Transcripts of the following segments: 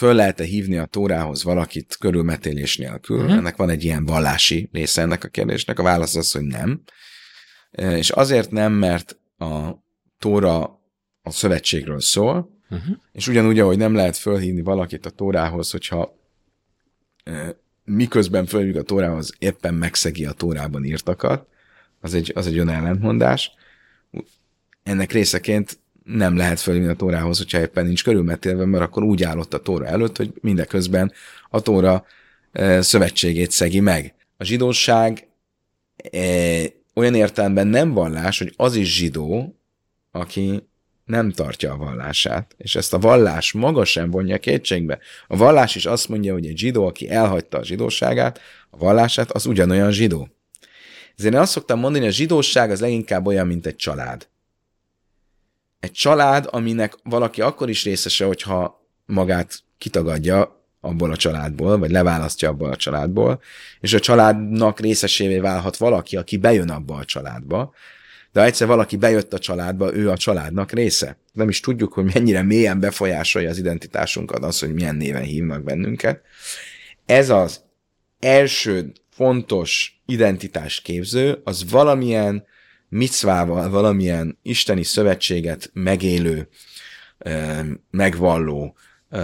föl lehet-e hívni a Tórához valakit körülmetélés nélkül. Ennek van egy ilyen vallási része ennek a kérdésnek. A válasz az, hogy nem. És azért nem, mert a Tóra a szövetségről szól, és ugyanúgy, ahogy nem lehet fölhívni valakit a Tórához, hogyha miközben fölhívjuk a Tórához, éppen megszegi a Tórában írtakat, az egy önellentmondás. Ennek részeként nem lehet fölhívni a Tórához, hogyha éppen nincs körülmetélve, mert akkor úgy állott a Tóra előtt, hogy mindeközben a Tóra szövetségét szegi meg. A zsidóság olyan értelemben nem vallás, hogy az is zsidó, aki nem tartja a vallását. És ezt a vallás maga sem vonja kétségbe. A vallás is azt mondja, hogy egy zsidó, aki elhagyta a zsidóságát, a vallását, az ugyanolyan zsidó. Ezért én azt szoktam mondani, hogy a zsidóság az leginkább olyan, mint egy család. Egy család, aminek valaki akkor is részese, hogyha magát kitagadja abból a családból, vagy leválasztja abból a családból, és a családnak részesévé válhat valaki, aki bejön abba a családba, de ha egyszer valaki bejött a családba, ő a családnak része. Nem is tudjuk, hogy mennyire mélyen befolyásolja az identitásunkat az, hogy milyen néven hívnak bennünket. Ez az első fontos identitásképző, az valamilyen micvával, valamilyen isteni szövetséget megélő, megvalló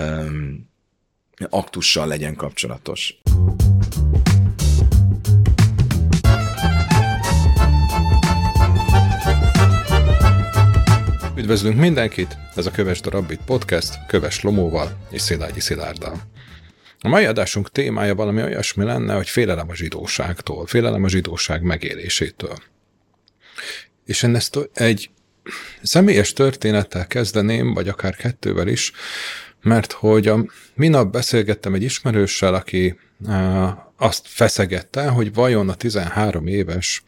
aktussal legyen kapcsolatos. Üdvözlünk mindenkit! Ez a Kövesd a Rabbit podcast Köves Lomóval és Szilágyi Szilárddal. A mai adásunk témája valami olyasmi lenne, hogy félelem a zsidóságtól, félelem a zsidóság megélésétől. És én ezt egy személyes történettel kezdeném, vagy akár kettővel is, mert hogy minap beszélgettem egy ismerőssel, aki azt feszegette, hogy vajon a 13 éves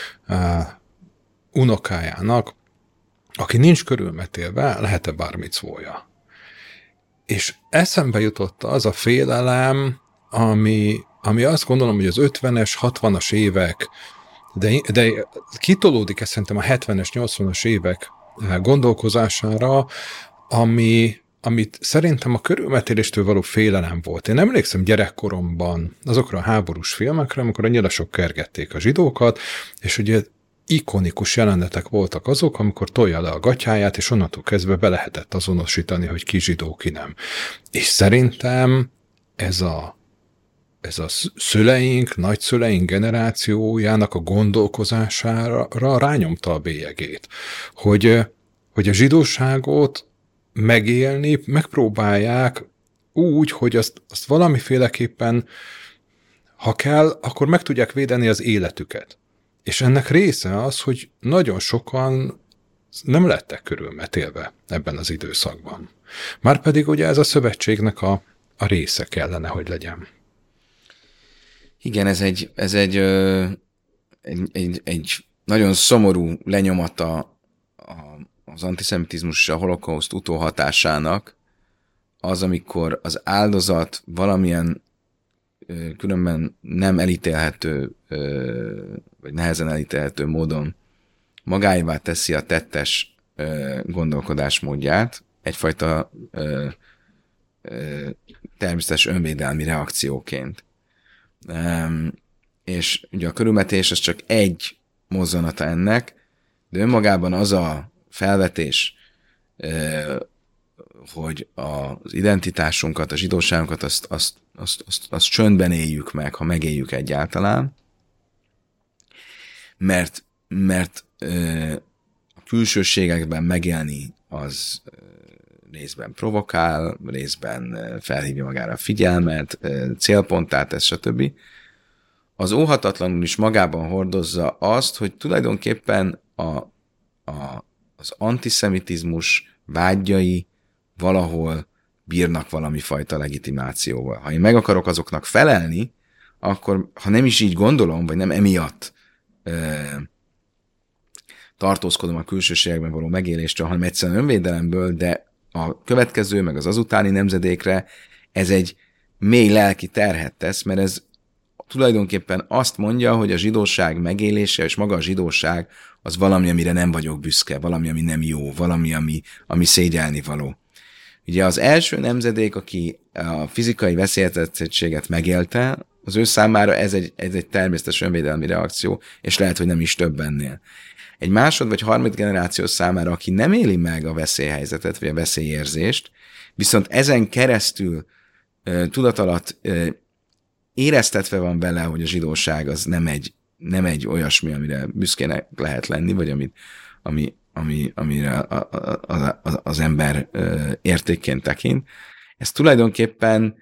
unokájának, aki nincs körülmetélve, lehet-e bar micvója. És eszembe jutott az a félelem, ami azt gondolom, hogy az 50-es, 60-as évek, de kitolódik szerintem a 70-es, 80-as évek gondolkozására, amit szerintem a körülmetéléstől való félelem volt. Én emlékszem gyerekkoromban azokra a háborús filmekre, amikor a nyilasok kergették a zsidókat, és ugye ikonikus jelenetek voltak azok, amikor tolja le a gatyáját, és onnantól kezdve be lehetett azonosítani, hogy ki zsidó, ki nem. És szerintem ez a szüleink, nagyszüleink generációjának a gondolkozására rányomta a bélyegét, hogy a zsidóságot megélni, megpróbálják úgy, hogy azt valamiféleképpen, ha kell, akkor meg tudják védeni az életüket. És ennek része az, hogy nagyon sokan nem lettek körülmetélve ebben az időszakban. Márpedig ugye ez a szövetségnek a része kellene, hogy legyen. Igen, ez egy nagyon szomorú lenyomata az antiszemitizmus és a holokauszt utóhatásának az, amikor az áldozat valamilyen különben nem elítélhető, vagy nehezen elítélhető módon magáévá teszi a tettes gondolkodásmódját, egyfajta természetes önvédelmi reakcióként. És ugye a körülmetés az csak egy mozzanata ennek, de önmagában az a felvetés, hogy az identitásunkat, a zsidóságunkat azt csöndben éljük meg, ha megéljük egyáltalán, mert a külsőségekben megélni az részben provokál, részben felhívja magára a figyelmet, célponttá tesz, stb. Az óhatatlanul is magában hordozza azt, hogy tulajdonképpen az antiszemitizmus vágyai valahol bírnak valami fajta legitimációval. Ha én meg akarok azoknak felelni, akkor, ha nem is így gondolom, vagy nem emiatt tartózkodom a külsőségekben való megéléstől, hanem egyszerűen önvédelemből, de a következő, meg az azutáni nemzedékre ez egy mély lelki terhet tesz, mert ez tulajdonképpen azt mondja, hogy a zsidóság megélése, és maga a zsidóság az valami, amire nem vagyok büszke, valami, ami nem jó, valami, ami szégyelni való. Ugye az első nemzedék, aki a fizikai veszélyeztetettséget megélte, az ő számára ez egy természetes önvédelmi reakció, és lehet, hogy nem is több ennél. Egy másod vagy harmadik generáció számára, aki nem éli meg a veszélyhelyzetet, vagy a veszélyérzést, viszont ezen keresztül tudatalatt éreztetve van bele, hogy a zsidóság az nem egy olyasmi, amire büszkének lehet lenni, vagy amire az ember értékként tekint. Ez tulajdonképpen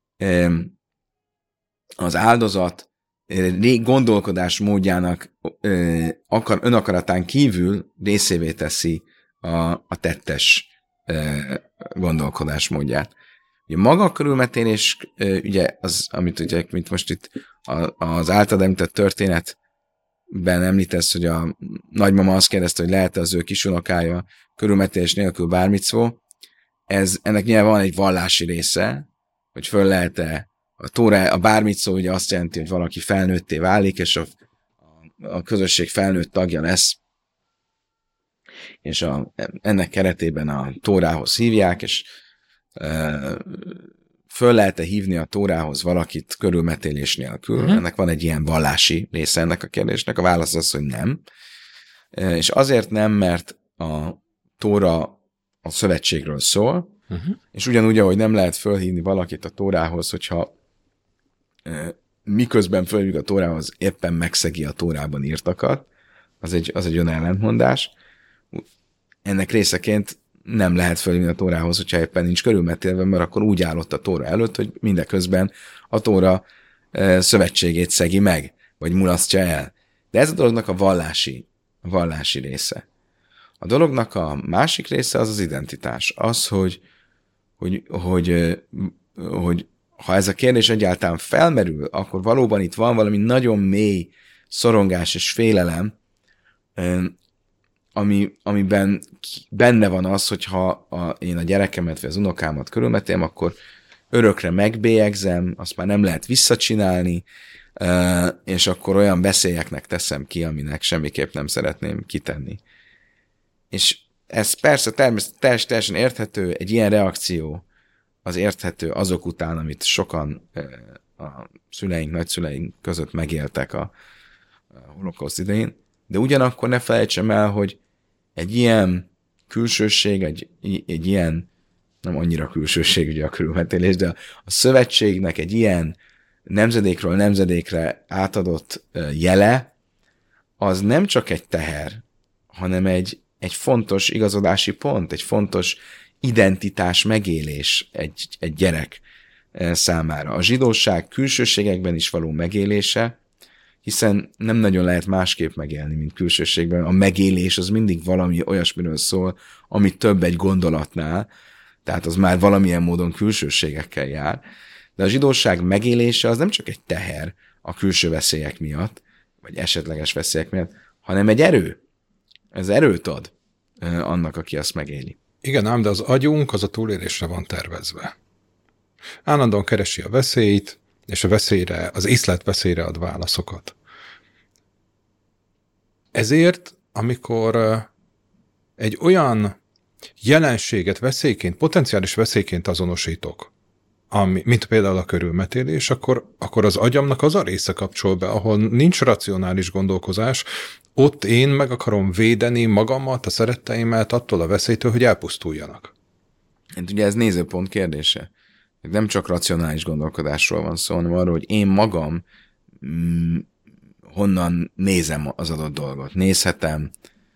az áldozat gondolkodás módjának önakaratán kívül részévé teszi a tettes gondolkodás módját. Ugye maga a körülmetélés, ugye az, amit most itt az általad említett történetben említesz, hogy a nagymama azt kérdezte, hogy lehet-e az ő kisunokája körülmetélés nélkül bármicvó, ennek nyilván van egy vallási része, hogy föl lehet-e a bármicvó ugye azt jelenti, hogy valaki felnőtté válik, és a közösség felnőtt tagja lesz, és ennek keretében a Tórához hívják, és föl lehet-e hívni a Tórához valakit körülmetélés nélkül? Ennek van egy ilyen vallási része ennek a kérdésnek. A válasz az, hogy nem. És azért nem, mert a Tóra a szövetségről szól, és ugyanúgy, ahogy nem lehet fölhívni valakit a Tórához, hogyha miközben fölhívjuk a Tórához, éppen megszegi a Tórában írtakat, az egy önellentmondás. Ennek részeként nem lehet fölhívni a Tórához, hogyha éppen nincs körülmetélve, mert akkor úgy állott a Tóra előtt, hogy mindeközben a Tóra szövetségét szegi meg, vagy mulasztja el. De ez a dolognak a vallási része. A dolognak a másik része az identitás. Az, hogy ha ez a kérdés egyáltalán felmerül, akkor valóban itt van valami nagyon mély szorongás és félelem, amiben benne van az, hogyha én a gyerekemet vagy az unokámat körülmetélem, akkor örökre megbélyegzem, azt már nem lehet visszacsinálni, és akkor olyan veszélyeknek teszem ki, aminek semmiképp nem szeretném kitenni. És ez persze teljesen érthető, egy ilyen reakció az érthető azok után, amit sokan a szüleink, nagyszüleink között megéltek a holokauszt idején, de ugyanakkor ne felejtsem el, hogy egy ilyen külsőség, egy ilyen, nem annyira külsőség ugye a körülmetélés, de a szövetségnek egy ilyen nemzedékről nemzedékre átadott jele, az nem csak egy teher, hanem egy fontos igazodási pont, egy fontos identitás megélés egy gyerek számára. A zsidóság külsőségekben is való megélése, hiszen nem nagyon lehet másképp megélni, mint külsőségben. A megélés az mindig valami olyasmiről szól, ami több egy gondolatnál, tehát az már valamilyen módon külsőségekkel jár. De a zsidóság megélése az nem csak egy teher a külső veszélyek miatt, vagy esetleges veszélyek miatt, hanem egy erő. Ez erőt ad annak, aki azt megéli. Igen, ám, de az agyunk az a túlélésre van tervezve. Állandóan keresi a veszélyt, és az észlelt veszélyre ad válaszokat. Ezért, amikor egy olyan jelenséget veszélyként, potenciális veszélyként azonosítok, mint például a körülmetélés, akkor az agyamnak az a része kapcsol be, ahol nincs racionális gondolkozás, ott én meg akarom védeni magamat, a szeretteimet attól a veszélytől, hogy elpusztuljanak. Hát ugye ez nézőpont kérdése. Nem csak racionális gondolkodásról van szó, hanem arról, hogy én magam honnan nézem az adott dolgot. Nézhetem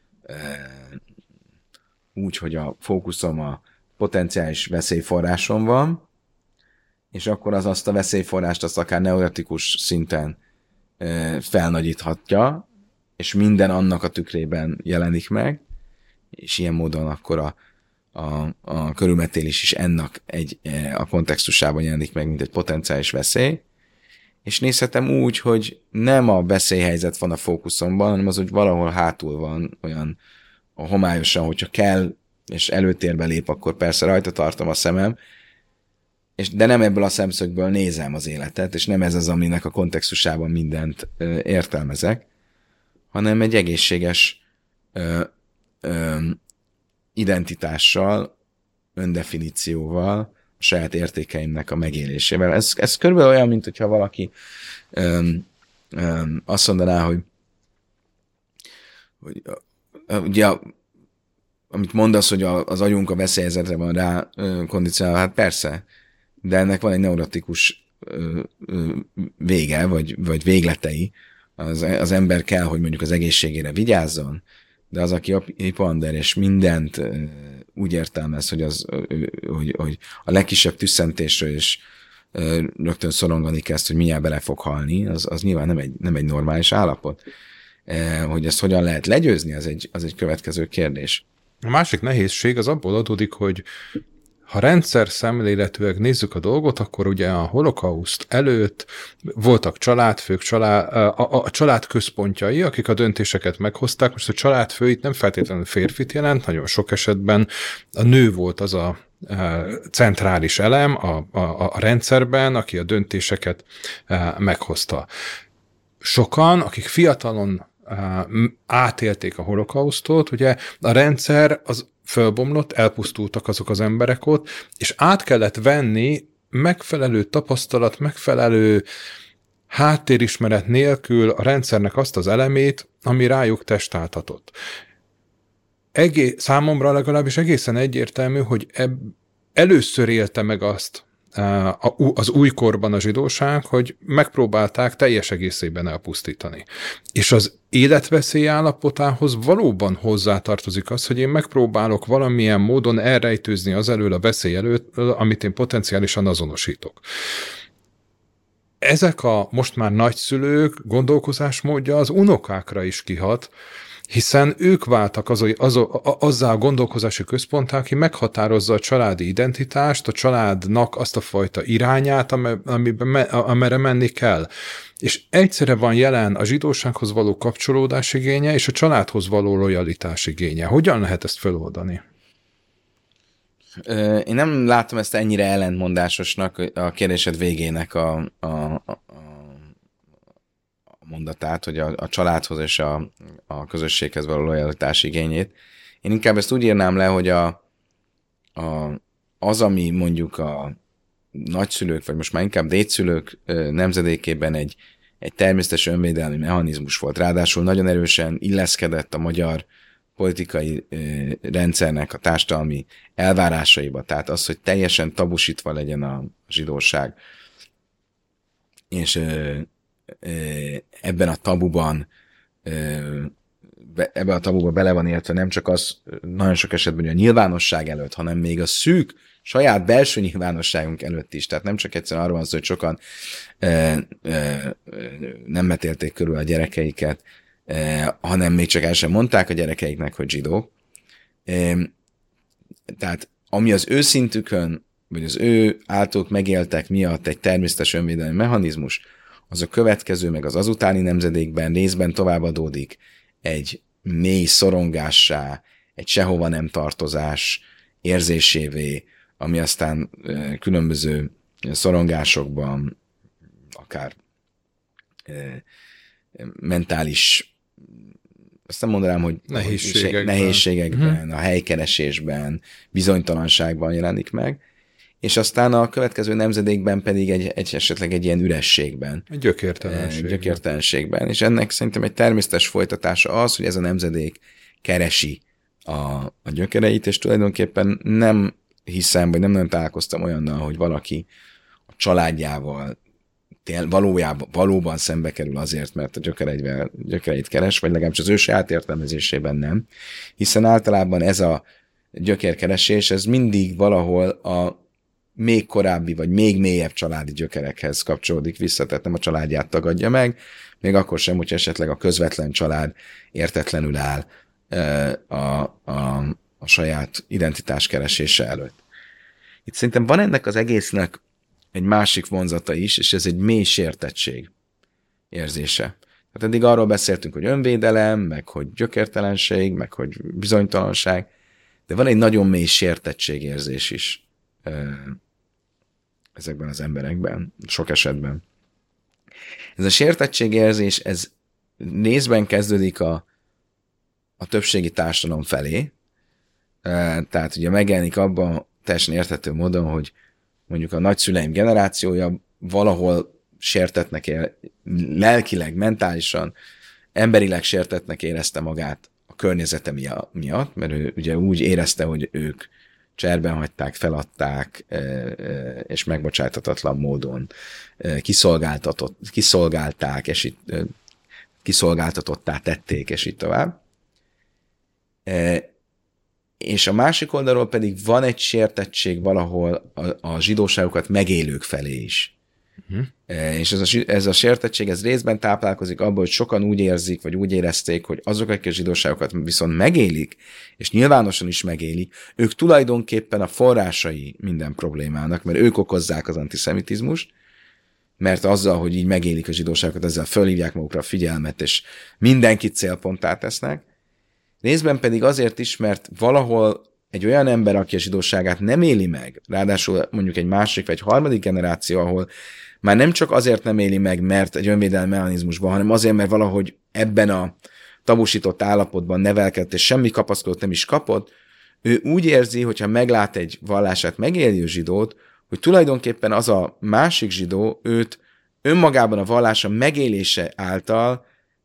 úgy, hogy a fókuszom a potenciális veszélyforráson van, és akkor azt a veszélyforrást azt akár neurotikus szinten felnagyíthatja, és minden annak a tükrében jelenik meg, és ilyen módon akkor a körülmetélés is ennek a kontextusában jelenik meg, mint egy potenciális veszély, és nézhetem úgy, hogy nem a veszélyhelyzet van a fókuszomban, hanem az, hogy valahol hátul van olyan homályosan, hogyha kell, és előtérbe lép, akkor persze rajta tartom a szemem, de nem ebből a szemszögből nézem az életet, és nem ez az, aminek a kontextusában mindent értelmezek, hanem egy egészséges identitással öndefinícióval, a saját értékeimnek a megélésével. Ez körülbelül olyan, mint hogyha valaki azt mondaná, hogy ugye, amit mondasz, hogy az agyunk a veszélyhelyzetre van rá kondicionálva, hát persze, de ennek van egy neurotikus vége, vagy végletei. Az ember kell, hogy mondjuk az egészségére vigyázzon, de az, aki hipoander és mindent úgy értelmez, hogy a legkisebb tüsszentésről is rögtön szorongani kezd, hogy mindjárt bele fog halni, az nyilván nem egy normális állapot. Hogy ezt hogyan lehet legyőzni, az egy következő kérdés. A másik nehézség az abból adódik, hogy ha rendszer szemléletűleg nézzük a dolgot, akkor ugye a holokauszt előtt voltak családfők, a család központjai, akik a döntéseket meghozták. Most a családfő itt nem feltétlenül férfit jelent, nagyon sok esetben a nő volt az a centrális elem a rendszerben, aki a döntéseket meghozta. Sokan, akik fiatalon átélték a holokausztot, ugye a rendszer az fölbomlott, elpusztultak azok az emberek ott, és át kellett venni megfelelő tapasztalat, megfelelő háttérismeret nélkül a rendszernek azt az elemét, ami rájuk testáltatott. Számomra legalábbis egészen egyértelmű, hogy először élte meg azt az újkorban a zsidóság, hogy megpróbálták teljes egészében elpusztítani. És az életveszély állapotához valóban hozzátartozik az, hogy én megpróbálok valamilyen módon elrejtőzni az elől a veszély előtt, amit én potenciálisan azonosítok. Ezek a most már nagyszülők gondolkozásmódja az unokákra is kihat, hiszen ők váltak azzá a gondolkozási központtá, aki meghatározza a családi identitást, a családnak azt a fajta irányát, amerre menni kell. És egyszerre van jelen a zsidósághoz való kapcsolódás igénye, és a családhoz való lojalitás igénye. Hogyan lehet ezt feloldani? Én nem látom ezt ennyire ellentmondásosnak a kérdésed végének a mondatát, hogy a családhoz és a közösséghez való lojalitás igényét. Én inkább ezt úgy írnám le, hogy az, ami mondjuk a nagyszülők, vagy most már inkább dédszülők nemzedékében egy természetes önvédelmi mechanizmus volt. Ráadásul nagyon erősen illeszkedett a magyar politikai rendszernek a társadalmi elvárásaiba. Tehát az, hogy teljesen tabusítva legyen a zsidóság. És ebben a tabuban bele van értve nem csak az nagyon sok esetben, hogy a nyilvánosság előtt, hanem még a szűk saját belső nyilvánosságunk előtt is. Tehát nem csak egyszerűen arról van szó, hogy sokan nem metélték körül a gyerekeiket, hanem még csak el sem mondták a gyerekeiknek, hogy zsidók. Tehát ami az ő szintükön, vagy az ő általuk megéltek miatt egy természetes önvédelmi mechanizmus, az a következő, meg az azutáni nemzedékben részben továbbadódik egy mély szorongássá, egy sehova nem tartozás érzésévé, ami aztán különböző szorongásokban, akár mentális, azt nem mondanám, hogy nehézségekben, a helykeresésben, bizonytalanságban jelenik meg, és aztán a következő nemzedékben pedig esetleg egy ilyen ürességben. Egy gyökértelenségben. És ennek szerintem egy természetes folytatása az, hogy ez a nemzedék keresi a gyökereit, és tulajdonképpen nem hiszem, vagy nem nagyon találkoztam olyannal, hogy valaki a családjával valóban szembe kerül azért, mert a gyökereit keres, vagy legalábbis az ő saját értelmezésében nem, hiszen általában ez a gyökérkeresés, ez mindig valahol a még korábbi, vagy még mélyebb családi gyökerekhez kapcsolódik vissza, tehát nem a családját tagadja meg, még akkor sem, hogy esetleg a közvetlen család értetlenül áll a saját identitás keresése előtt. Itt szerintem van ennek az egésznek egy másik vonzata is, és ez egy mély sértettség érzése. Tehát eddig arról beszéltünk, hogy önvédelem, meg hogy gyökértelenség, meg hogy bizonytalanság, de van egy nagyon mély sértettségérzés is ezekben az emberekben, sok esetben. Ez a sértettségérzés, ez részben kezdődik a többségi társadalom felé, tehát ugye megjelenik abban teljesen érthető módon, hogy mondjuk a nagyszüleim generációja valahol sértetnek, lelkileg, mentálisan, emberileg sértetnek érezte magát a környezete miatt, mert ő ugye úgy érezte, hogy ők cserben hagyták, feladták, és megbocsájtatatlan módon kiszolgálták, és kiszolgáltatottá tették, és így tovább. És a másik oldalról pedig van egy sértettség valahol a zsidóságokat megélők felé is. És ez a sértettség, ez részben táplálkozik abból, hogy sokan úgy érzik, vagy úgy érezték, hogy azok, akik a zsidóságokat viszont megélik, és nyilvánosan is megélik, ők tulajdonképpen a forrásai minden problémának, mert ők okozzák az antiszemitizmust, mert azzal, hogy így megélik a zsidóságokat, ezzel fölhívják magukra a figyelmet, és mindenkit célponttá tesznek. Részben pedig azért is, mert valahol egy olyan ember, aki a zsidóságát nem éli meg, ráadásul mondjuk egy másik vagy harmadik generáció, ahol már nem csak azért nem éli meg, mert egy önvédelmi mechanizmusban, hanem azért, mert valahogy ebben a tabusított állapotban nevelkedett, és semmi kapaszkodót nem is kapott, ő úgy érzi, hogyha meglát egy vallását megélő zsidót, hogy tulajdonképpen az a másik zsidó őt önmagában a vallása megélése által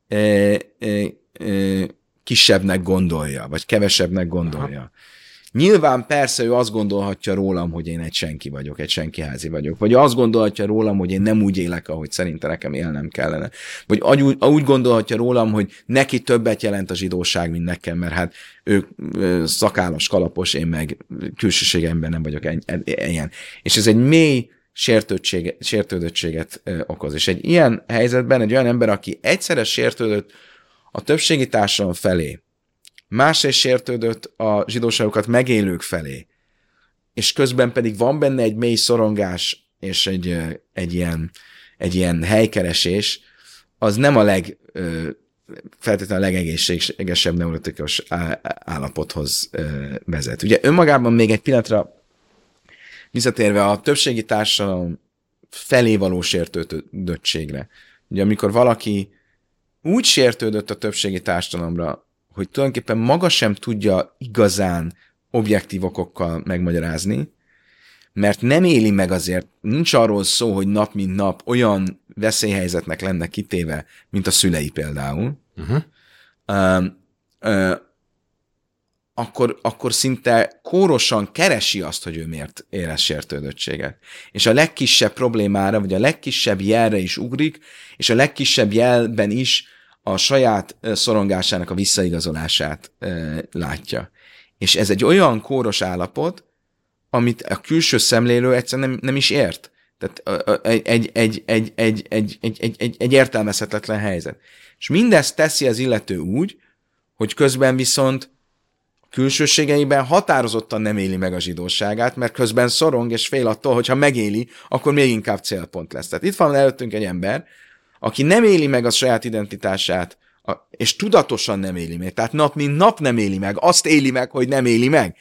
kisebbnek gondolja, vagy kevesebbnek gondolja. Aha. Nyilván persze ő azt gondolhatja rólam, hogy én egy senki vagyok, egy senkiházi vagyok, vagy azt gondolhatja rólam, hogy én nem úgy élek, ahogy szerinte nekem élnem kellene. Vagy úgy gondolhatja rólam, hogy neki többet jelent a zsidóság, mint nekem, mert hát ő szakállas, kalapos, én meg külsőségemben nem vagyok ilyen. És ez egy mély sértődöttséget okoz. És egy ilyen helyzetben egy olyan ember, aki egyszerre sértődött a többségi társadalom felé, másrészt sértődött a zsidóságokat megélők felé, és közben pedig van benne egy mély szorongás és egy ilyen helykeresés, az nem a feltétlenül a legegészségesebb neurotikus állapothoz vezet. Ugye önmagában még egy pillanatra visszatérve a többségi társadalom felé való sértődöttségre. Ugye amikor valaki úgy sértődött a többségi társadalomra, hogy tulajdonképpen maga sem tudja igazán objektív okokkal megmagyarázni, mert nem éli meg azért, nincs arról szó, hogy nap mint nap olyan veszélyhelyzetnek lenne kitéve, mint a szülei például, akkor szinte kórosan keresi azt, hogy ő miért érez sértődöttséget. És a legkisebb problémára, vagy a legkisebb jelre is ugrik, és a legkisebb jelben is a saját szorongásának a visszaigazolását látja. És ez egy olyan kóros állapot, amit a külső szemlélő egyszerűen nem is ért. Tehát egy értelmezhetetlen helyzet. És mindezt teszi az illető úgy, hogy közben viszont külsőségeiben határozottan nem éli meg a zsidóságát, mert közben szorong és fél attól, hogyha megéli, akkor még inkább célpont lesz. Tehát itt van előttünk egy ember, aki nem éli meg a saját identitását, és tudatosan nem éli meg, tehát nap mint nap nem éli meg, azt éli meg, hogy nem éli meg.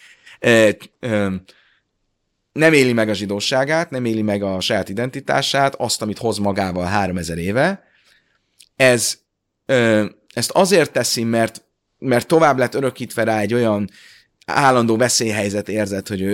Nem éli meg a zsidóságát, nem éli meg a saját identitását, azt, amit hoz magával 3000 éve. Ezt azért teszi, mert tovább lett örökítve rá egy olyan állandó veszélyhelyzet érzet, hogy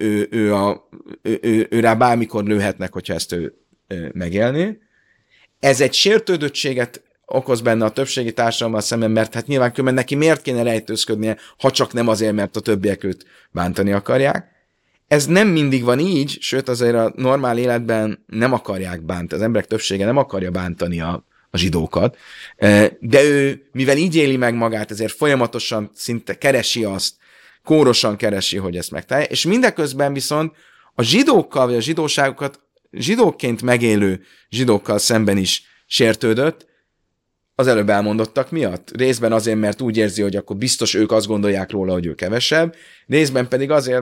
ő rá bármikor lőhetnek, hogyha ezt ő megélné. Ez egy sértődöttséget okoz benne a többségi társadalommal szemben, mert hát nyilván különben neki miért kéne rejtőzködnie, ha csak nem azért, mert a többiek őt bántani akarják. Ez nem mindig van így, sőt azért a normál életben nem akarják bántani, az emberek többsége nem akarja bántani a zsidókat, de ő, mivel így éli meg magát, ezért folyamatosan szinte keresi azt, kórosan keresi, hogy ezt megtalálja, és mindeközben viszont a zsidókkal, vagy a zsidóságokat zsidóként megélő zsidókkal szemben is sértődött, az előbb elmondottak miatt. Részben azért, mert úgy érzi, hogy akkor biztos ők azt gondolják róla, hogy ő kevesebb, részben pedig azért,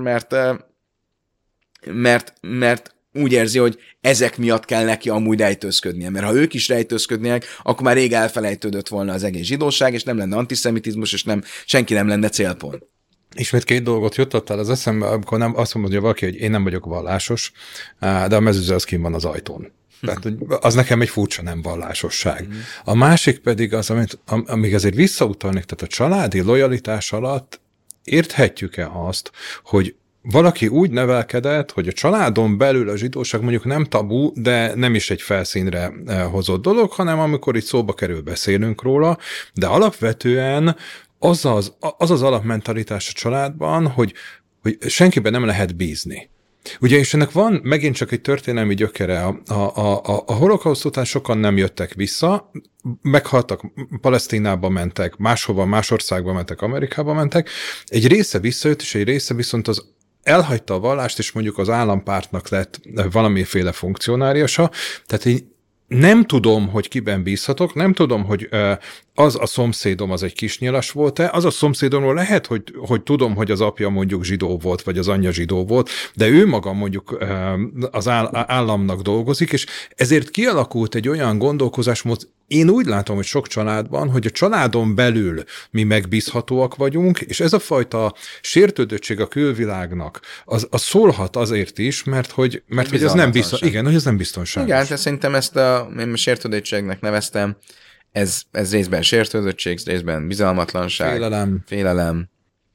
mert úgy érzi, hogy ezek miatt kell neki amúgy rejtőzködnie. Mert ha ők is rejtőzködnének, akkor már rég elfelejtődött volna az egész zsidóság, és nem lenne antiszemitizmus, és senki nem lenne célpont. Ismét két dolgot jutottál az eszembe, amikor nem azt mondja valaki, hogy én nem vagyok vallásos, de a mezőző az kint van az ajtón. Tehát az nekem egy furcsa nem vallásosság. A másik pedig az, amíg azért visszautalnék, tehát a családi lojalitás alatt érthetjük-e azt, hogy valaki úgy nevelkedett, hogy a családon belül a zsidóság mondjuk nem tabu, de nem is egy felszínre hozott dolog, hanem amikor itt szóba kerül, beszélünk róla, de alapvetően az alapmentalitás a családban, hogy senkiben nem lehet bízni. Ugye, és ennek van megint csak egy történelmi gyökere. A holokauszt után sokan nem jöttek vissza, meghaltak, Palesztinába mentek, máshova, más országba mentek, Amerikába mentek. Egy része visszajött, és egy része viszont az elhagyta a vallást, és mondjuk az állampártnak lett valamiféle funkcionáriusa. Tehát én nem tudom, hogy kiben bízhatok, nem tudom, hogy az a szomszédom az egy kisnyilas volt-e, az a szomszédomról lehet, hogy tudom, hogy az apja mondjuk zsidó volt, vagy az anyja zsidó volt, de ő maga mondjuk az államnak dolgozik, és ezért kialakult egy olyan gondolkozásmód, én úgy látom, hogy sok családban, hogy a családon belül mi megbízhatóak vagyunk, és ez a fajta sértődöttség a külvilágnak, az szólhat azért is, mert hogy ez nem biztonságos. Igen, hogy ez nem biztonságos. Igen, tehát szerintem ezt én sértődöttségnek neveztem, ez részben sértődöttség, részben bizalmatlanság, félelem.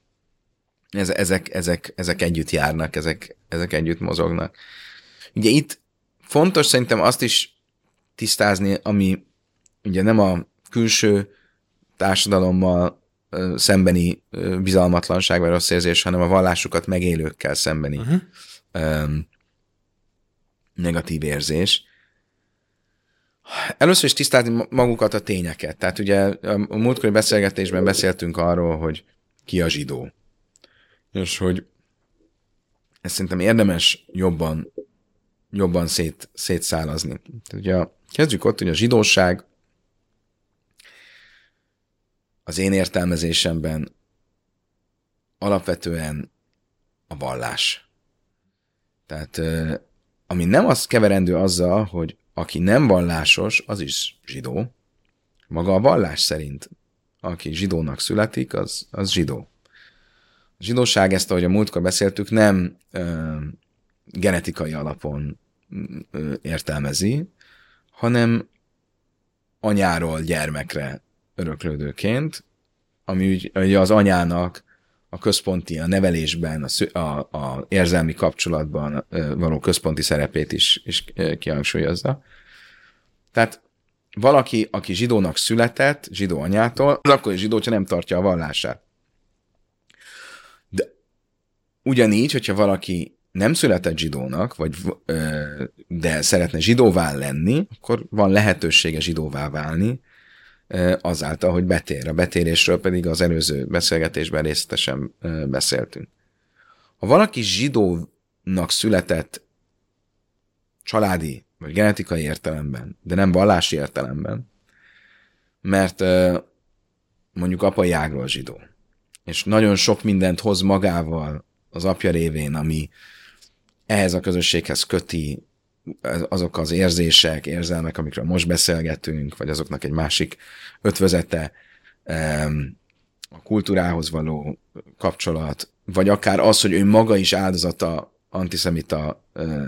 Ezek együtt járnak, ezek együtt mozognak. Ugye itt fontos szerintem azt is tisztázni, ami ugye nem a külső társadalommal szembeni bizalmatlanság vagy rossz érzés, hanem a vallásukat megélőkkel szembeni negatív érzés. Először is tisztázni magukat a tényeket. Tehát ugye a múltkori beszélgetésben beszéltünk arról, hogy ki a zsidó. És hogy ezt szerintem érdemes jobban szétszálazni. Tehát ugye kezdjük ott, hogy a zsidóság az én értelmezésemben alapvetően a vallás. Tehát ami nem az keverendő azzal, hogy aki nem vallásos, az is zsidó. Maga a vallás szerint, aki zsidónak születik, az zsidó. A zsidóság, ezt ahogy a múltkor beszéltük, nem genetikai alapon értelmezi, hanem anyáról gyermekre öröklődőként, ami ugye az anyának a központi, a nevelésben, a érzelmi kapcsolatban való központi szerepét is kihangsúlyozza. Tehát valaki, aki zsidónak született, zsidó anyától, az akkor is zsidó, ha nem tartja a vallását. De ugyanígy, hogyha valaki nem született zsidónak, de szeretne zsidóvá lenni, akkor van lehetősége zsidóvá válni, azáltal, hogy betér. A betérésről pedig az előző beszélgetésben részletesen beszéltünk. Ha valaki zsidónak született családi vagy genetikai értelemben, de nem vallási értelemben, mert mondjuk apai ágról zsidó, és nagyon sok mindent hoz magával az apja révén, ami ehhez a közösséghez köti, azok az érzések, érzelmek, amikről most beszélgetünk, vagy azoknak egy másik ötvözete, a kultúrához való kapcsolat, vagy akár az, hogy ő maga is áldozata antiszemita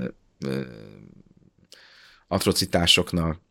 atrocitásoknak.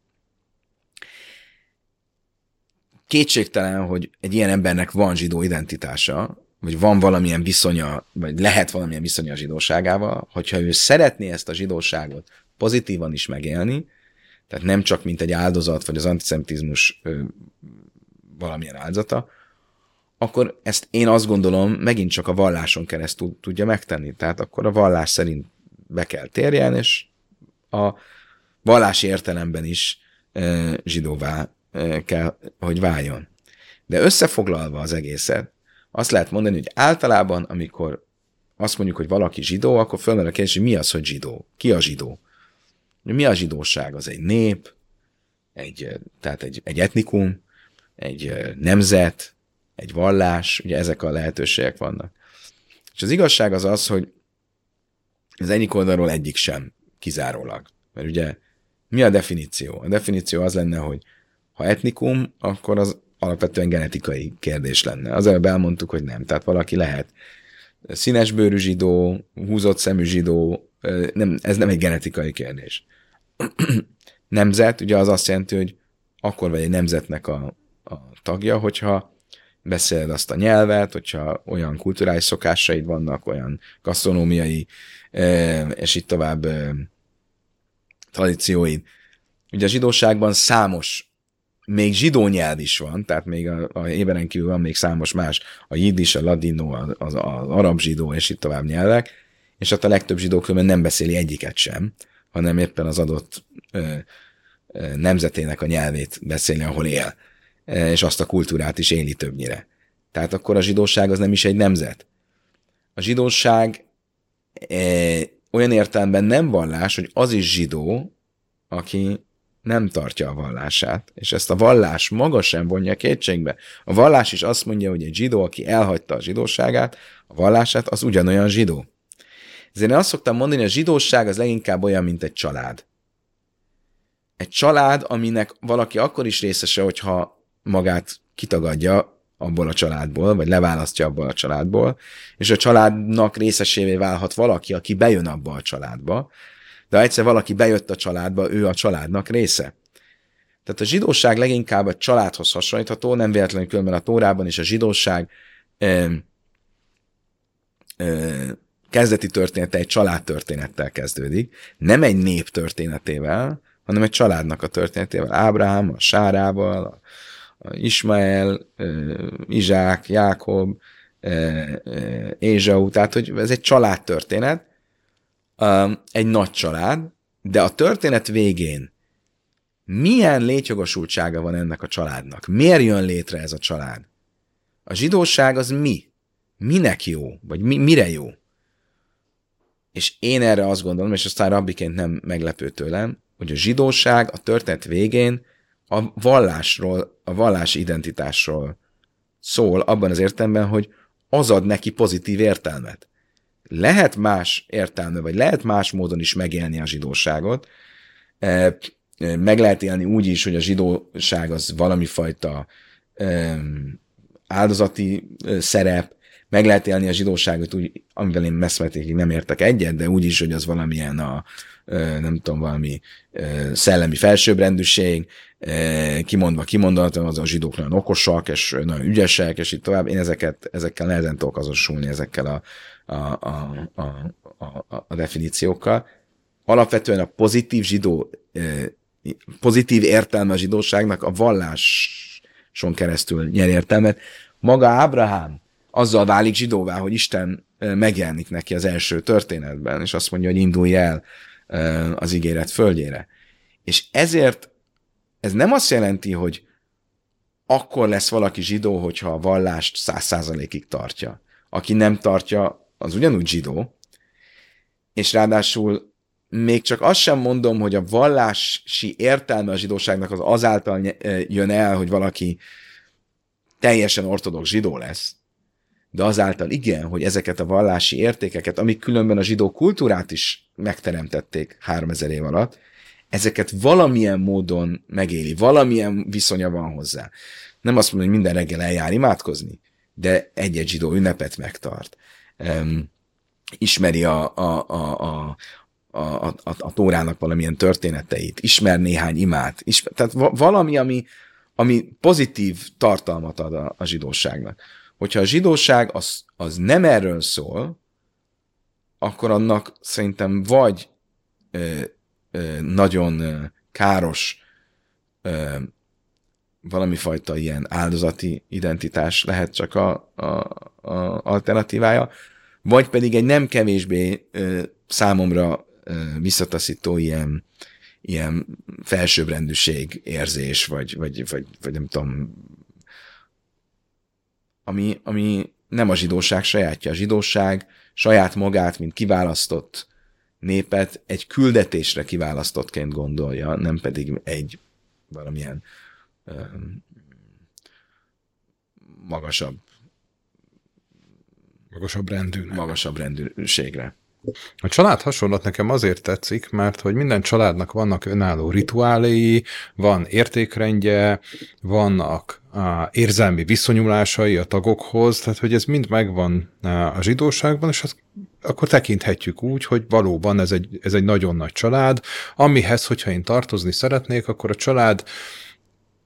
Kétségtelen, hogy egy ilyen embernek van zsidó identitása, vagy van valamilyen viszonya, vagy lehet valamilyen viszonya a zsidóságával, hogyha ő szeretné ezt a zsidóságot pozitívan is megélni, tehát nem csak mint egy áldozat, vagy az antiszemitizmus valamilyen áldozata, akkor ezt én azt gondolom, megint csak a valláson keresztül tudja megtenni. Tehát akkor a vallás szerint be kell térjen, és a vallási értelemben is zsidóvá kell, hogy váljon. De összefoglalva az egészet, azt lehet mondani, hogy általában, amikor azt mondjuk, hogy valaki zsidó, akkor fölmerül a kérdés, hogy mi az, hogy zsidó? Ki a zsidó? Mi a zsidóság? Az egy nép, tehát egy etnikum, egy nemzet, egy vallás, ugye ezek a lehetőségek vannak. És az igazság az az, hogy az egyik oldalról egyik sem kizárólag. Mert ugye mi a definíció? A definíció az lenne, hogy ha etnikum, akkor az alapvetően genetikai kérdés lenne. Az előbb elmondtuk, hogy nem. Tehát valaki lehet színesbőrű zsidó, húzott szemű zsidó, ez nem egy genetikai kérdés. Nemzet, ugye az azt jelenti, hogy akkor vagy egy nemzetnek a tagja, hogyha beszéled azt a nyelvet, hogyha olyan kulturális szokásaid vannak, olyan gasztronómiai, és így tovább tradícióid. Ugye a zsidóságban számos, még zsidó nyelv is van, tehát még a héberén kívül van még számos más, a jiddis, a ladino, az arab zsidó, és így tovább nyelvek, és hát a legtöbb zsidó különben nem beszéli egyiket sem, hanem éppen az adott nemzetének a nyelvét beszélni, ahol él, és azt a kultúrát is éli többnyire. Tehát akkor a zsidóság az nem is egy nemzet. A zsidóság olyan értelemben nem vallás, hogy az is zsidó, aki nem tartja a vallását, és ezt a vallás maga sem vonja kétségbe. A vallás is azt mondja, hogy egy zsidó, aki elhagyta a zsidóságát, a vallását, az ugyanolyan zsidó. Ezért én azt szoktam mondani, hogy a zsidóság az leginkább olyan, mint egy család. Egy család, aminek valaki akkor is részese, hogyha magát kitagadja abból a családból, vagy leválasztja abból a családból, és a családnak részesévé válhat valaki, aki bejön abba a családba, de ha egyszer valaki bejött a családba, ő a családnak része. Tehát a zsidóság leginkább a családhoz hasonlítható, nem véletlenül különben a Tórában is a zsidóság kezdeti története egy családtörténettel kezdődik, nem egy nép történetével, hanem egy családnak a történetével. Ábrahám, a Sárával, a Ismael, Izsák, Jákob, Ézsau, tehát hogy ez egy családtörténet, egy nagy család, de a történet végén milyen létjogosultsága van ennek a családnak? Miért jön létre ez a család? A zsidóság az mi? Minek jó? Vagy mire jó? És én erre azt gondolom, és aztán rabbiként nem meglepő tőlem, hogy a zsidóság a történet végén a vallásról, a vallási identitásról szól, abban az értelemben, hogy az ad neki pozitív értelmet. Lehet más értelme, vagy lehet más módon is megélni a zsidóságot. Meg lehet élni úgy is, hogy a zsidóság az valami fajta áldozati szerep, meg lehet élni a zsidóságot úgy, amivel én messzemetékig nem értek egyet, de úgy is, hogy az valamilyen nem tudom, valami szellemi felsőbbrendűség, kimondatlan, az a zsidók nagyon okosak, és nagyon ügyesek, és így tovább. Én ezekkel nehezen tudok azonosulni, ezekkel a definíciókkal. Alapvetően a pozitív értelme a zsidóságnak a valláson keresztül nyer értelmet. Maga Ábrahám azzal válik zsidóvá, hogy Isten megjelenik neki az első történetben, és azt mondja, hogy indulj el az ígéret földjére. És ezért ez nem azt jelenti, hogy akkor lesz valaki zsidó, hogyha a vallást 100%-ig tartja. Aki nem tartja, az ugyanúgy zsidó, és ráadásul még csak azt sem mondom, hogy a vallási értelme a zsidóságnak az azáltal jön el, hogy valaki teljesen ortodox zsidó lesz, de azáltal igen, hogy ezeket a vallási értékeket, amik különben a zsidó kultúrát is megteremtették 3000 év alatt, ezeket valamilyen módon megéli, valamilyen viszonya van hozzá. Nem azt mondom, hogy minden reggel eljár imádkozni, de egy-egy zsidó ünnepet megtart. Ismeri a Tórának valamilyen történeteit, ismer néhány imát, tehát valami, ami pozitív tartalmat ad a zsidóságnak. Hogyha a zsidóság az nem erről szól, akkor annak szerintem vagy nagyon káros valami fajta ilyen áldozati identitás lehet csak a alternatívája, vagy pedig egy nem kevésbé számomra visszataszító ilyen felsőbbrendűség érzés, vagy nem tudom, ami nem a zsidóság sajátja. A zsidóság saját magát, mint kiválasztott népet egy küldetésre kiválasztottként gondolja, nem pedig egy valamilyen magasabb rendűségre. A család hasonlat nekem azért tetszik, mert hogy minden családnak vannak önálló rituáléi, van értékrendje, vannak érzelmi viszonyulásai a tagokhoz, tehát hogy ez mind megvan a zsidóságban, és akkor tekinthetjük úgy, hogy valóban ez egy nagyon nagy család, amihez, hogyha én tartozni szeretnék, akkor a család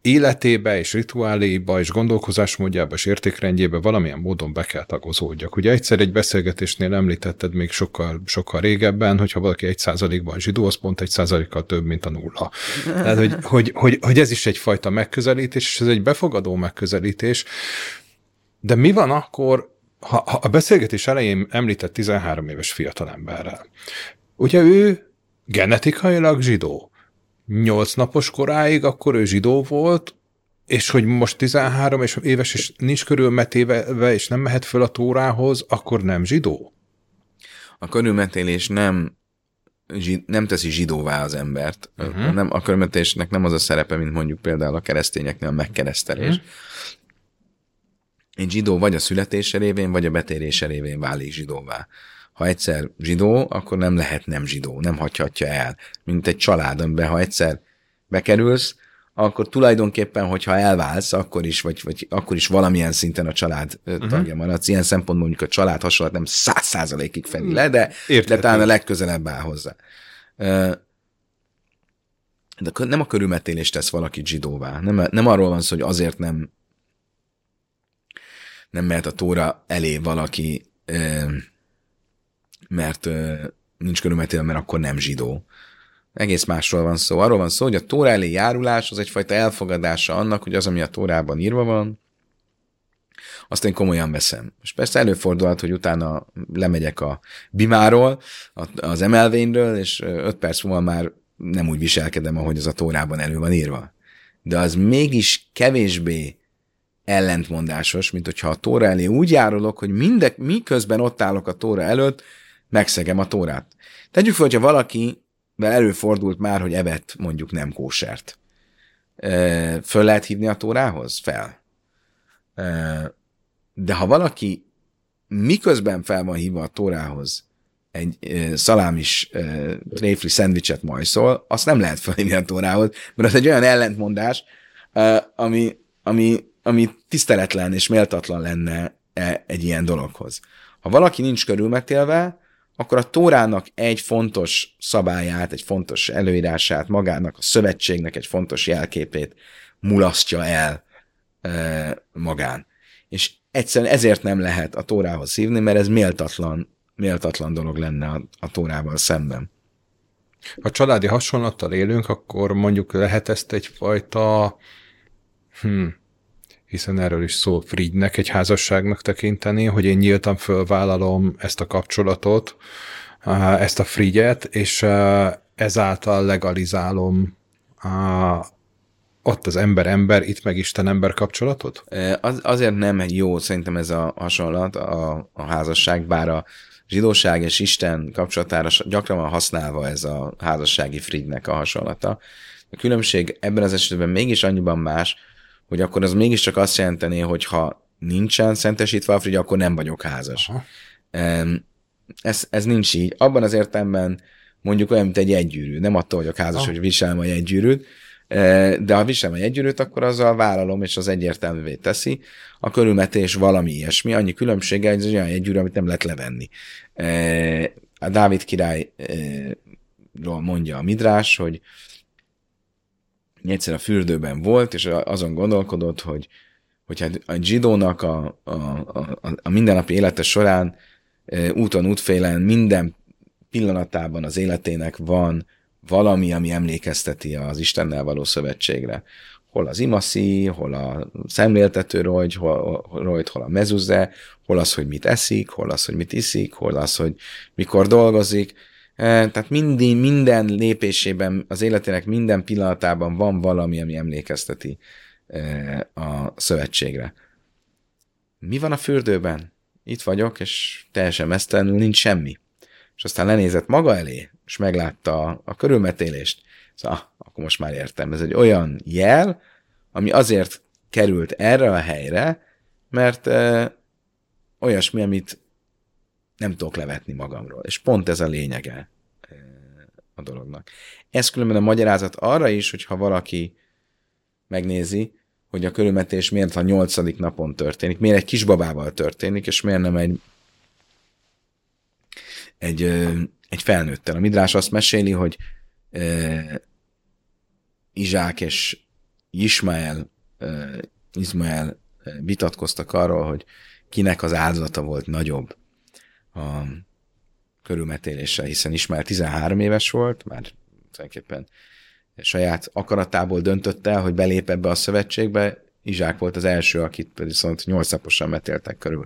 életébe és rituáléiba és gondolkozásmódjába és értékrendjébe valamilyen módon be kell tagozódjak. Ugye egyszer egy beszélgetésnél említetted még sokkal régebben, hogyha valaki 1%-ban zsidó, az pont 1%-kal több, mint a nulla. Tehát, hogy ez is egyfajta megközelítés, és ez egy befogadó megközelítés. De mi van akkor, ha a beszélgetés elején említett 13 éves fiatalemberrel? Ugye ő genetikailag zsidó. 8 napos koráig akkor ő zsidó volt, és hogy most 13 éves, és nincs körülmetéve, és nem mehet föl a Tórához, akkor nem zsidó? A körülmetélés nem teszi zsidóvá az embert. A körülmetélésnek nem az a szerepe, mint mondjuk például a keresztényeknél a megkeresztelés. Egy zsidó vagy a születése révén, vagy a betérése révén válik zsidóvá. Ha egyszer zsidó, akkor nem lehet nem zsidó, nem hagyhatja el. Mint egy család, amiben ha egyszer bekerülsz, akkor tulajdonképpen, hogyha elválsz, akkor is valamilyen szinten a család tagja maradsz. Ilyen szempontból mondjuk a család hasonlat nem 100%-ig fedi le, de talán a legközelebb áll hozzá. De nem a körülmetélés tesz valakit zsidóvá. Nem arról van szó, hogy azért nem mehet a Tóra elé valaki, mert nincs körülmetélve, mert akkor nem zsidó. Egész másról van szó. Arról van szó, hogy a Tóra elé járulás az egyfajta elfogadása annak, hogy az, ami a Tórában írva van, azt én komolyan veszem. És persze előfordulhat, hogy utána lemegyek a bimáról, az emelvényről, és 5 perc múlva már nem úgy viselkedem, ahogy az a Tórában elő van írva. De az mégis kevésbé ellentmondásos, mint hogyha a Tóra elé úgy járulok, hogy miközben ott állok a Tóra előtt, megszegem a Tórát. Tegyük fel, hogyha valakivel előfordult már, hogy evett mondjuk nem kósert. Föl lehet hívni a Tórához? Fel. De ha valaki miközben fel van hívva a Tórához egy szalámis tréfli szendvicset majszol, azt nem lehet felhívni a Tórához, mert az egy olyan ellentmondás, ami tiszteletlen és méltatlan lenne egy ilyen dologhoz. Ha valaki nincs körülmetélve, akkor a Tórának egy fontos szabályát, egy fontos előírását, magának a szövetségnek egy fontos jelképét mulasztja el magán. És egyszerűen ezért nem lehet a Tórához hívni, mert ez méltatlan dolog lenne a Tórával szemben. Ha családi hasonlattal élünk, akkor mondjuk lehet ezt egyfajta hiszen erről is szól Friednek egy házasságnak tekinteni, hogy én nyíltan fölvállalom ezt a kapcsolatot, ezt a Friedet, és ezáltal legalizálom ott az ember-ember, itt meg Isten-ember kapcsolatot? Azért nem jó szerintem ez a hasonlat, a házasság, bár a zsidóság és Isten kapcsolatára gyakran van használva ez a házassági Friednek a hasonlata. A különbség ebben az esetben mégis annyiban más, hogy akkor az mégiscsak azt jelenteni, hogy ha nincsen szentesítve a Frigy, akkor nem vagyok házas. Ez nincs így. Abban az értelemben mondjuk olyan, mint egy jegygyűrű. Nem attól vagyok házas, hogy viselem a jegygyűrűt, de ha viselem a jegygyűrűt, akkor azzal vállalom, és az egyértelművé teszi. A körülmetés valami ilyesmi. Annyi különbsége, hogy ez olyan jegygyűrű, amit nem lehet levenni. A Dávid királyról mondja a Midrás, hogy egyszer a fürdőben volt, és azon gondolkodott, hogy a zsidónak a mindennapi élete során úton, útfélen, minden pillanatában az életének van valami, ami emlékezteti az Istennel való szövetségre. Hol az imaszi, hol a szemléltető rojt, hol a mezuzze, hol az, hogy mit eszik, hol az, hogy mit iszik, hol az, hogy mikor dolgozik. Tehát minden lépésében, az életének minden pillanatában van valami, ami emlékezteti a szövetségre. Mi van a fürdőben? Itt vagyok, és teljesen mesztelenül nincs semmi. És aztán lenézett maga elé, és meglátta a körülmetélést. Szóval, akkor most már értem. Ez egy olyan jel, ami azért került erre a helyre, mert olyasmi, amit nem tudok levetni magamról. És pont ez a lényege a dolognak. Ez különben a magyarázat arra is, hogyha valaki megnézi, hogy a körülmetés miért a 8. napon történik, miért egy kisbabával történik, és miért nem egy felnőttel. A Midrás azt meséli, hogy Izsák és Izmael vitatkoztak arról, hogy kinek az áldozata volt nagyobb a körülmetélésre, hiszen Ismael 13 éves volt, már tulajdonképpen saját akaratából döntött el, hogy belép ebbe a szövetségbe. Izsák volt az első, akit viszont 8 naposan metéltek körül.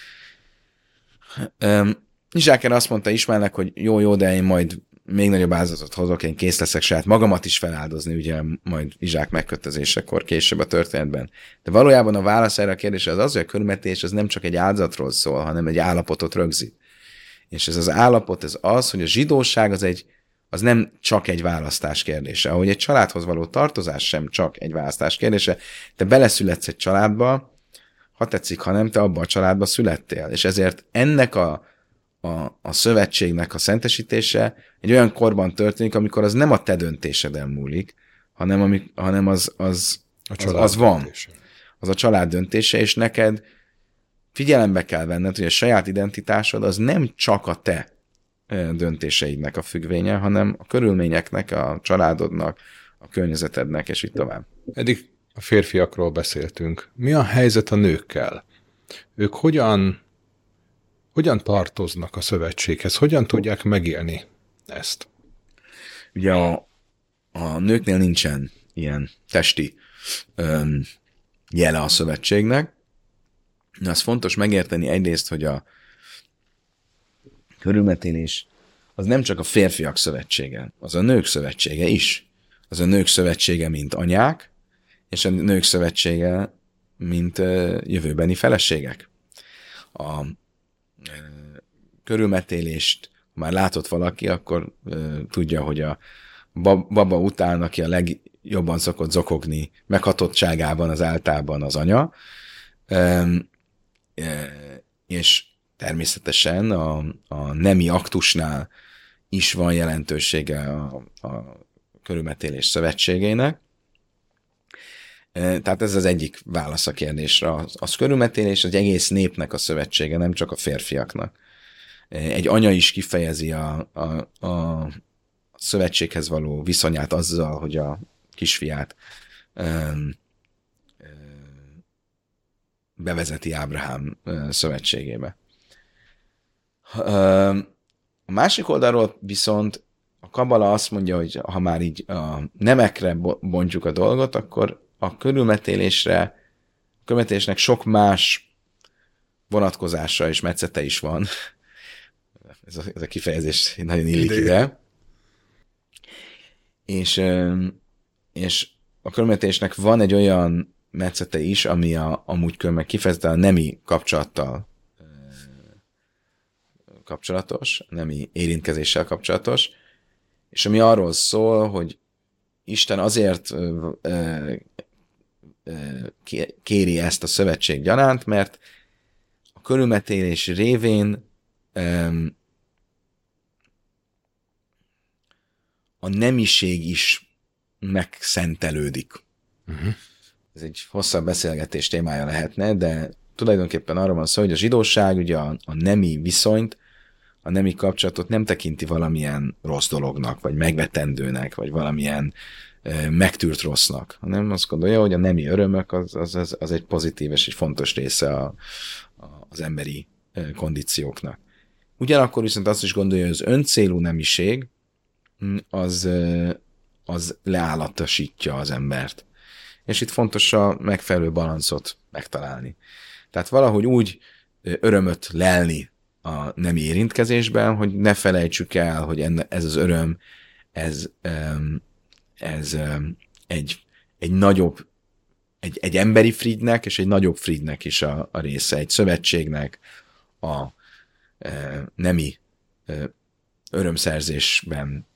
Izsák erre azt mondta Ismaelnek, hogy jó, de én majd még nagyobb áldozatot hozok, én kész leszek saját magamat is feláldozni, ugye majd Izsák megkötözésekor később a történetben. De valójában a válasz erre a kérdésre az, hogy a körülmetés az nem csak egy áldozatról szól, hanem egy állapotot rögzít. És ez az állapot az, hogy a zsidóság az nem csak egy választás kérdése. Ahogy egy családhoz való tartozás sem csak egy választás kérdése. Te beleszületsz egy családba, ha tetszik, ha nem, te abba a családba születtél. És ezért ennek a szövetségnek a szentesítése egy olyan korban történik, amikor az nem a te döntéseden múlik, hanem az van. Az a család döntése, és neked figyelembe kell venned, hogy a saját identitásod az nem csak a te döntéseidnek a függvénye, hanem a körülményeknek, a családodnak, a környezetednek, és így tovább. Eddig a férfiakról beszéltünk. Mi a helyzet a nőkkel? Ők hogyan tartoznak a szövetséghez? Hogyan tudják megélni ezt? Ugye a nőknél nincsen ilyen testi jele a szövetségnek. De az fontos megérteni egyrészt, hogy a körülmetélés az nem csak a férfiak szövetsége, az a nők szövetsége is. Az a nők szövetsége, mint anyák, és a nők szövetsége, mint jövőbeni feleségek. A körülmetélést, ha már látott valaki, akkor tudja, hogy a baba után, aki a legjobban szokott zokogni meghatottságában az általában az anya, és természetesen a nemi aktusnál is van jelentősége a körülmetélés szövetségének. Tehát ez az egyik válasz a kérdésre. Az körülmetélés az egész népnek a szövetsége, nem csak a férfiaknak. Egy anya is kifejezi a szövetséghez való viszonyát azzal, hogy a kisfiát bevezeti Ábrahám szövetségébe. A másik oldalról viszont a kabala azt mondja, hogy ha már így a nemekre bontjuk a dolgot, akkor a körülmetélésnek sok más vonatkozása és metszete is van. Ez a kifejezés nagyon illik ide. És a körülmetélésnek van egy olyan metszete is, ami amúgy meg kifejezetten a nemi kapcsolattal kapcsolatos, nemi érintkezéssel kapcsolatos, és ami arról szól, hogy Isten azért kéri ezt a szövetség gyanánt, mert a körülmetélés révén a nemiség is megszentelődik. Uh-huh. Ez egy hosszabb beszélgetés témája lehetne, de tulajdonképpen arra van szó, hogy a zsidóság ugye a nemi viszonyt, a nemi kapcsolatot nem tekinti valamilyen rossz dolognak, vagy megvetendőnek, vagy valamilyen megtűrt rossznak, hanem azt gondolja, hogy a nemi örömök az egy pozitív és egy fontos része az emberi kondícióknak. Ugyanakkor viszont azt is gondolja, hogy az öncélú nemiség az leállatasítja az embert. És itt fontos a megfelelő balanszot megtalálni. Tehát valahogy úgy örömöt lelni a nemi érintkezésben, hogy ne felejtsük el, hogy ez az öröm, ez egy nagyobb, egy emberi friednek, és egy nagyobb friednek is a része, egy szövetségnek a nemi örömszerzésben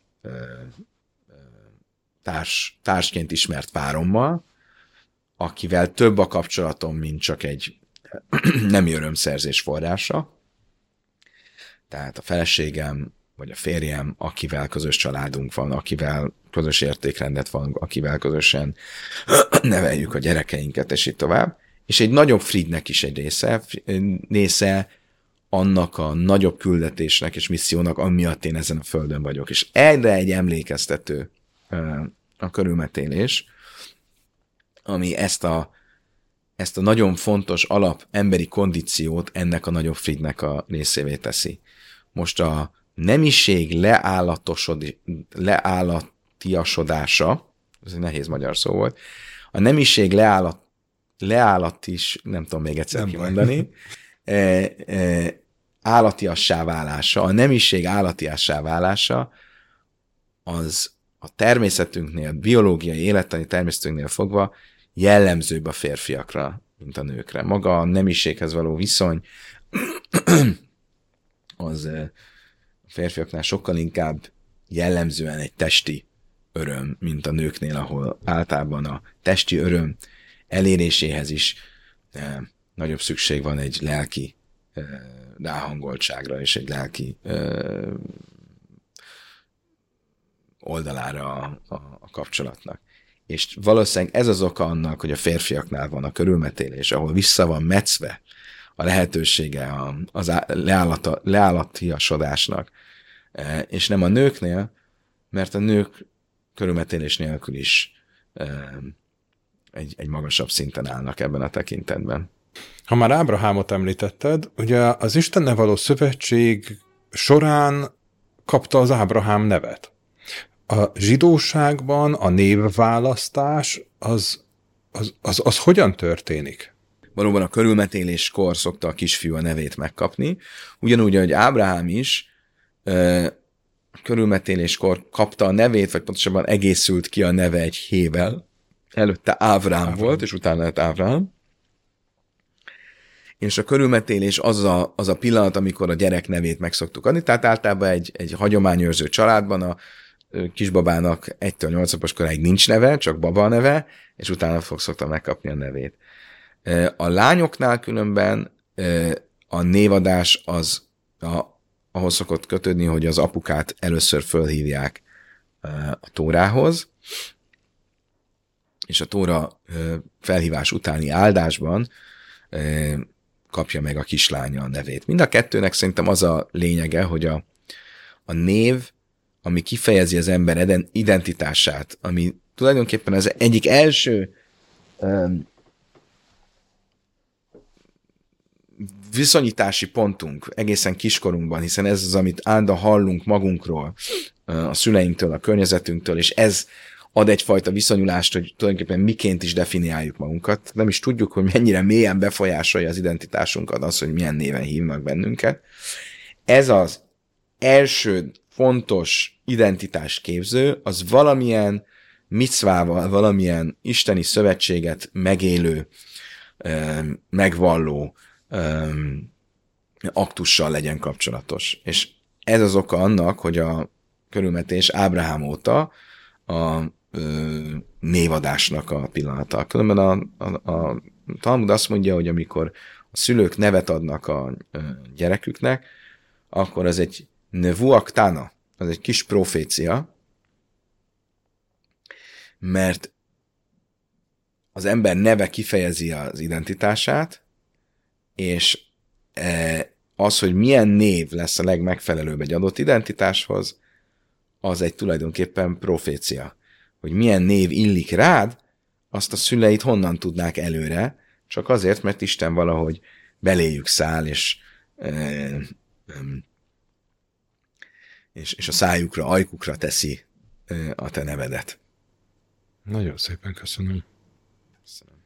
társként ismert párommal, akivel több a kapcsolatom, mint csak egy nemi örömszerzés forrása. Tehát a feleségem, vagy a férjem, akivel közös családunk van, akivel közös értékrendet van, akivel közösen neveljük a gyerekeinket, és így tovább. És egy nagyobb friednek is egy része annak a nagyobb küldetésnek és missziónak, amiatt én ezen a földön vagyok. És erre egy emlékeztető a körülmetélés, ami ezt a nagyon fontos alap emberi kondíciót ennek a nagyobb frigynek a részévé teszi. Most a nemiség leállatiasodása, ez egy nehéz magyar szó volt, a nemiség leállat is, nem tudom még egyszer kimondani, állatiassá válása, a nemiség állatiassá válása az a természetünknél, biológiai, élettani természetünknél fogva jellemzőbb a férfiakra, mint a nőkre. Maga a nemiséghez való viszony az a férfiaknál sokkal inkább jellemzően egy testi öröm, mint a nőknél, ahol általában a testi öröm eléréséhez is nagyobb szükség van egy lelki ráhangoltságra és egy lelki oldalára a kapcsolatnak. És valószínűleg ez az oka annak, hogy a férfiaknál van a körülmetélés, ahol vissza van metszve a lehetősége az leállatiasodásnak, és nem a nőknél, mert a nők körülmetélés nélkül is egy magasabb szinten állnak ebben a tekintetben. Ha már Ábrahámot említetted, ugye az Istennel való szövetség során kapta az Ábrahám nevet. A zsidóságban a névválasztás az hogyan történik? Valóban a körülmetéléskor szokta a kisfiú a nevét megkapni, ugyanúgy, ahogy Ábrahám is körülmetéléskor kapta a nevét, vagy pontosabban egészült ki a neve egy hével. Előtte Ávrám volt, és utána lett Ávrám. És a körülmetélés az a pillanat, amikor a gyerek nevét meg szoktuk adni, tehát általában egy hagyományőrző családban a kisbabának 1-től 8 napos koráig nincs neve, csak baba a neve, és utána szokta megkapni a nevét. A lányoknál különben a névadás az ahhoz szokott kötődni, hogy az apukát először fölhívják a Tórához, és a Tóra felhívás utáni áldásban kapja meg a kislánya a nevét. Mind a kettőnek szerintem az a lényege, hogy a név, ami kifejezi az ember identitását, ami tulajdonképpen az egyik első viszonyítási pontunk egészen kiskorunkban, hiszen ez az, amit állandóan hallunk magunkról, a szüleinktől, a környezetünktől, és ez ad egyfajta viszonyulást, hogy tulajdonképpen miként is definiáljuk magunkat. Nem is tudjuk, hogy mennyire mélyen befolyásolja az identitásunkat az, hogy milyen néven hívnak bennünket. Ez az első fontos identitásképző, az valamilyen micvával, valamilyen isteni szövetséget megélő, megvalló aktussal legyen kapcsolatos. És ez az oka annak, hogy a körülmetés Ábrahám óta a névadásnak a pillanata. Különben a Talmud azt mondja, hogy amikor a szülők nevet adnak a gyereküknek, akkor az egy nevuaktana, az egy kis profécia, mert az ember neve kifejezi az identitását, és az, hogy milyen név lesz a legmegfelelőbb egy adott identitáshoz, az egy tulajdonképpen profécia. Hogy milyen név illik rád, azt a szüleid honnan tudnák előre, csak azért, mert Isten valahogy beléjük száll, és a szájukra, ajkukra teszi a te nevedet. Nagyon szépen köszönöm. Köszönöm.